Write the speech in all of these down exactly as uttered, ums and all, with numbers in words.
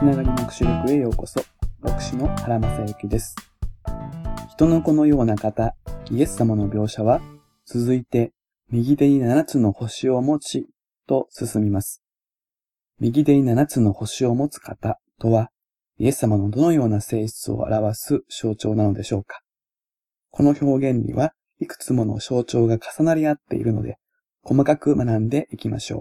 ながり黙示録へようこそ。牧師の原正幸です。人の子のような方、イエス様の描写は、続いて、右手に七つの星を持ち、と進みます。右手に七つの星を持つ方とは、イエス様のどのような性質を表す象徴なのでしょうか。この表現には、いくつもの象徴が重なり合っているので、細かく学んでいきましょう。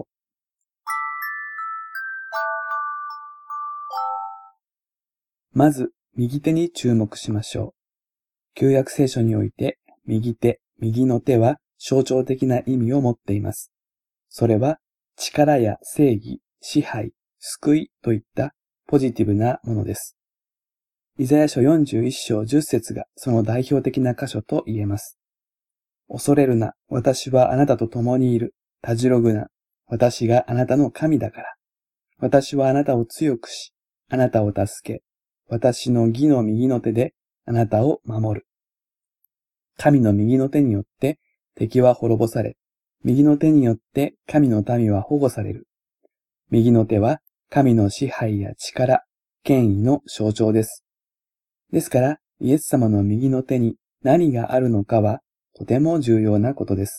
まず、右手に注目しましょう。旧約聖書において、右手、右の手は象徴的な意味を持っています。それは、力や正義、支配、救いといったポジティブなものです。イザヤ書よんじゅういっ章じゅっ節がその代表的な箇所と言えます。恐れるな、私はあなたと共にいる。たじろぐな、私があなたの神だから。私はあなたを強くし、あなたを助け、私の義の右の手であなたを守る。神の右の手によって敵は滅ぼされ、右の手によって神の民は保護される。右の手は神の支配や力、権威の象徴です。ですから、イエス様の右の手に何があるのかはとても重要なことです。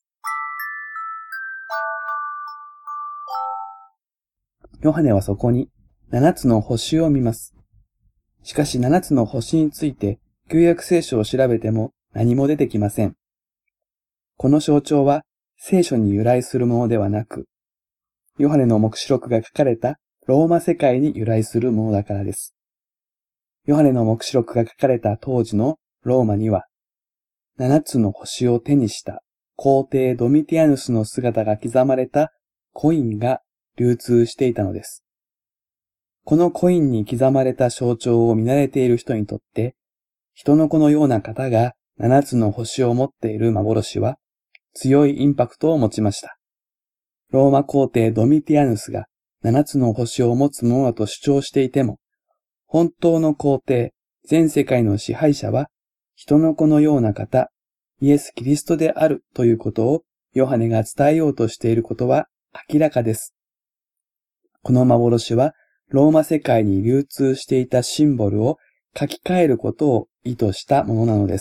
ヨハネはそこに七つの星を見ます。しかし七つの星について旧約聖書を調べても何も出てきません。この象徴は聖書に由来するものではなく、ヨハネの黙示録が書かれたローマ世界に由来するものだからです。ヨハネの黙示録が書かれた当時のローマには、七つの星を手にした皇帝ドミティアヌスの姿が刻まれたコインが流通していたのです。このコインに刻まれた象徴を見慣れている人にとって、人の子のような方が七つの星を持っている幻は強いインパクトを持ちました。ローマ皇帝ドミティアヌスが七つの星を持つ者だと主張していても、本当の皇帝、全世界の支配者は人の子のような方、イエス・キリストであるということをヨハネが伝えようとしていることは明らかです。この幻はローマ世界に流通していたシンボルを書き換えることを意図したものなのです。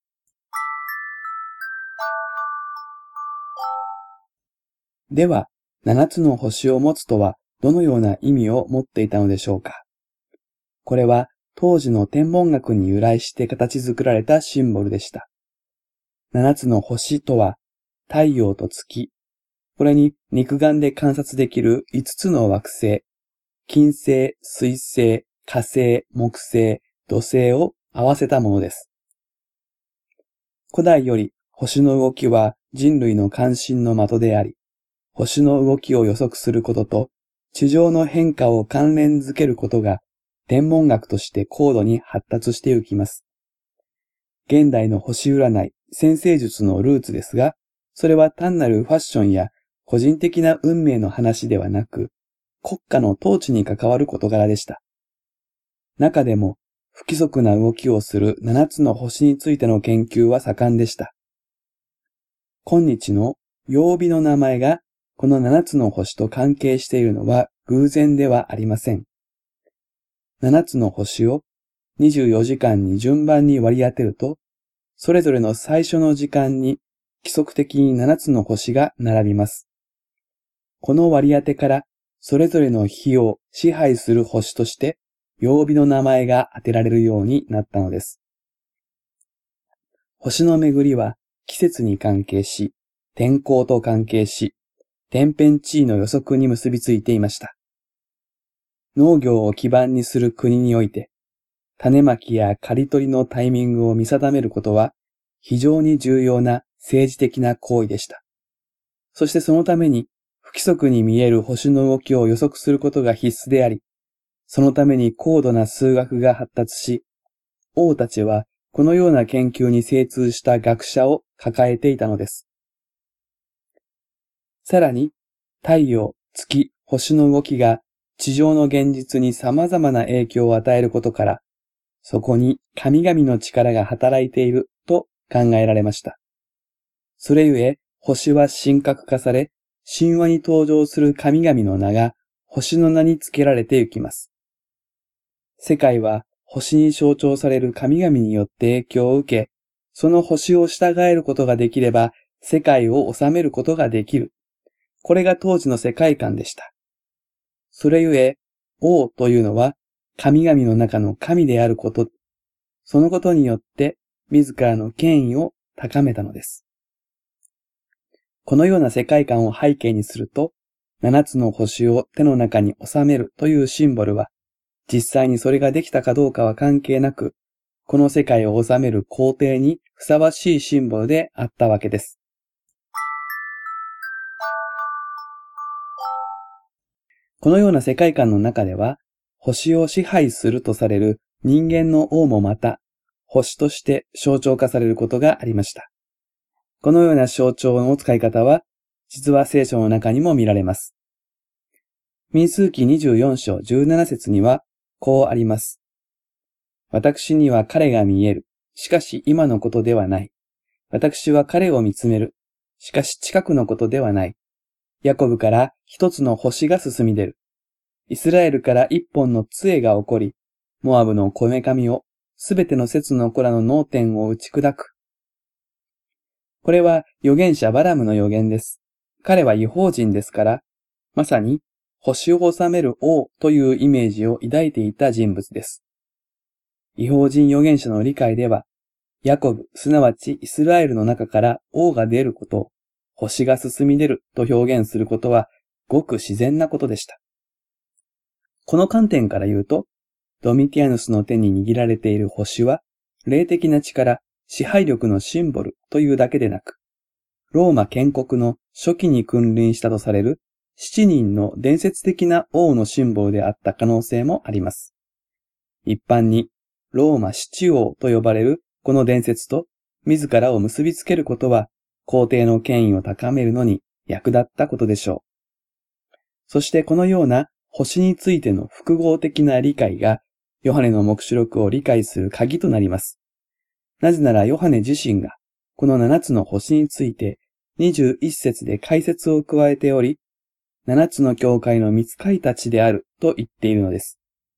では、七つの星を持つとはどのような意味を持っていたのでしょうか。これは当時の天文学に由来して形作られたシンボルでした。七つの星とは太陽と月、これに肉眼で観察できる五つの惑星、金星、水星、火星、木星、土星を合わせたものです。古代より星の動きは人類の関心の的であり、星の動きを予測することと地上の変化を関連づけることが天文学として高度に発達していきます。現代の星占い、占星術のルーツですが、それは単なるファッションや個人的な運命の話ではなく、国家の統治に関わる事柄でした。中でも不規則な動きをする七つの星についての研究は盛んでした。今日の曜日の名前がこの七つの星と関係しているのは偶然ではありません。七つの星をにじゅうよじかんに順番に割り当てると、それぞれの最初の時間に規則的に七つの星が並びます。この割り当てからそれぞれの日を支配する星として曜日の名前が当てられるようになったのです。星の巡りは季節に関係し、天候と関係し、天変地異の予測に結びついていました。農業を基盤にする国において、種まきや刈り取りのタイミングを見定めることは非常に重要な政治的な行為でした。そしてそのために不規則に見える星の動きを予測することが必須であり、そのために高度な数学が発達し、王たちはこのような研究に精通した学者を抱えていたのです。さらに、太陽、月、星の動きが地上の現実に様々な影響を与えることから、そこに神々の力が働いていると考えられました。それゆえ、星は神格化され、神話に登場する神々の名が星の名に付けられてゆきます。 世界は星に象徴される神々によって影響を受け、その星を従えることができれば、世界を治めることができる。これが当時の世界観でした。それゆえ、王というのは神々の中の神であること、そのことによって自らの権威を高めたのです。このような世界観を背景にすると、七つの星を手の中に収めるというシンボルは、実際にそれができたかどうかは関係なく、この世界を治める皇帝にふさわしいシンボルであったわけです。このような世界観の中では、星を支配するとされる人間の王もまた、星として象徴化されることがありました。このような象徴の使い方は、実は聖書の中にも見られます。民数記にじゅうよん章じゅうなな節には、こうあります。私には彼が見える。しかし今のことではない。私は彼を見つめる。しかし近くのことではない。ヤコブから一つの星が進み出る。イスラエルから一本の杖が起こり、モアブのこめかみを、すべての節の子らの脳天を打ち砕く。これは預言者バラムの預言です。彼は異邦人ですから、まさに星を治める王というイメージを抱いていた人物です。異邦人預言者の理解では、ヤコブ、すなわちイスラエルの中から王が出ることを、星が進み出ると表現することは、ごく自然なことでした。この観点から言うと、ドミティアヌスの手に握られている星は、霊的な力、支配力のシンボルというだけでなく、ローマ建国の初期に君臨したとされる七人の伝説的な王のシンボルであった可能性もあります。一般に、ローマ七王と呼ばれるこの伝説と自らを結びつけることは、皇帝の権威を高めるのに役立ったことでしょう。そしてこのような星についての複合的な理解が、ヨハネの黙示録を理解する鍵となります。なぜならヨハネ自身が、この七つの星についてにじゅういち節で解説を加えており、七つの教会の御使いたちであると言っているのです。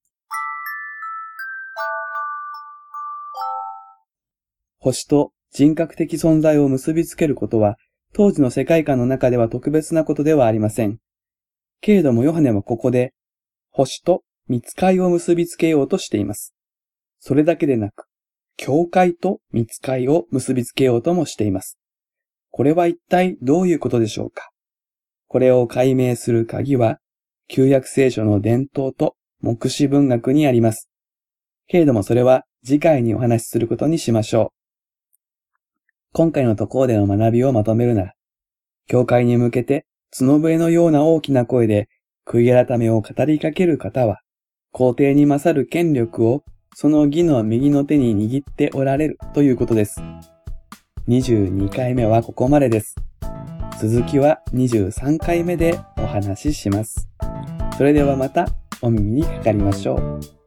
星と人格的存在を結びつけることは、当時の世界観の中では特別なことではありません。けれどもヨハネはここで、星と御使いを結びつけようとしています。それだけでなく、教会と御使いを結びつけようともしています。これは一体どういうことでしょうか。これを解明する鍵は、旧約聖書の伝統と黙示文学にあります。けれどもそれは次回にお話しすることにしましょう。今回のところでの学びをまとめるなら、教会に向けて角笛のような大きな声で悔い改めを語りかける方は、皇帝に勝る権力をその義の右の手に握っておられるということです。にじゅうにかいめはここまでです。続きはにじゅうさんかいめでお話しします。それではまたお耳にかかりましょう。